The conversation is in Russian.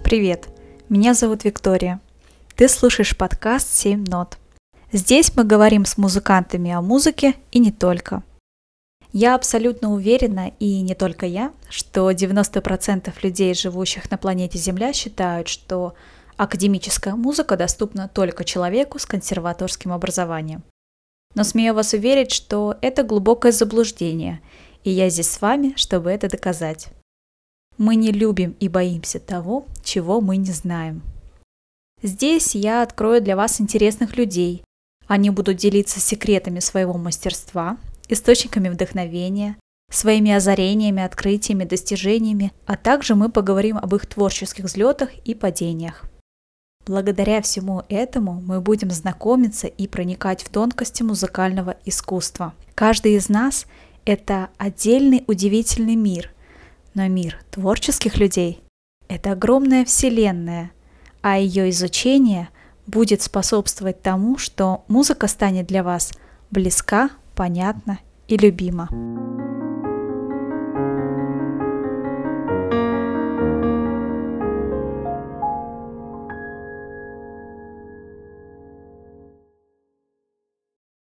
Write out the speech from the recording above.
Привет, меня зовут Виктория. Ты слушаешь подкаст «7 нот». Здесь мы говорим с музыкантами о музыке и не только. Я абсолютно уверена, и не только я, что 90% людей, живущих на планете Земля, считают, что академическая музыка доступна только человеку с консерваторским образованием. Но смею вас уверить, что это глубокое заблуждение, и я здесь с вами, чтобы это доказать. Мы не любим и боимся того, чего мы не знаем. Здесь я открою для вас интересных людей. Они будут делиться секретами своего мастерства, источниками вдохновения, своими озарениями, открытиями, достижениями, а также мы поговорим об их творческих взлетах и падениях. Благодаря всему этому мы будем знакомиться и проникать в тонкости музыкального искусства. Каждый из нас – это отдельный удивительный мир, но мир творческих людей – это огромная вселенная, а ее изучение будет способствовать тому, что музыка станет для вас близка, понятна и любима.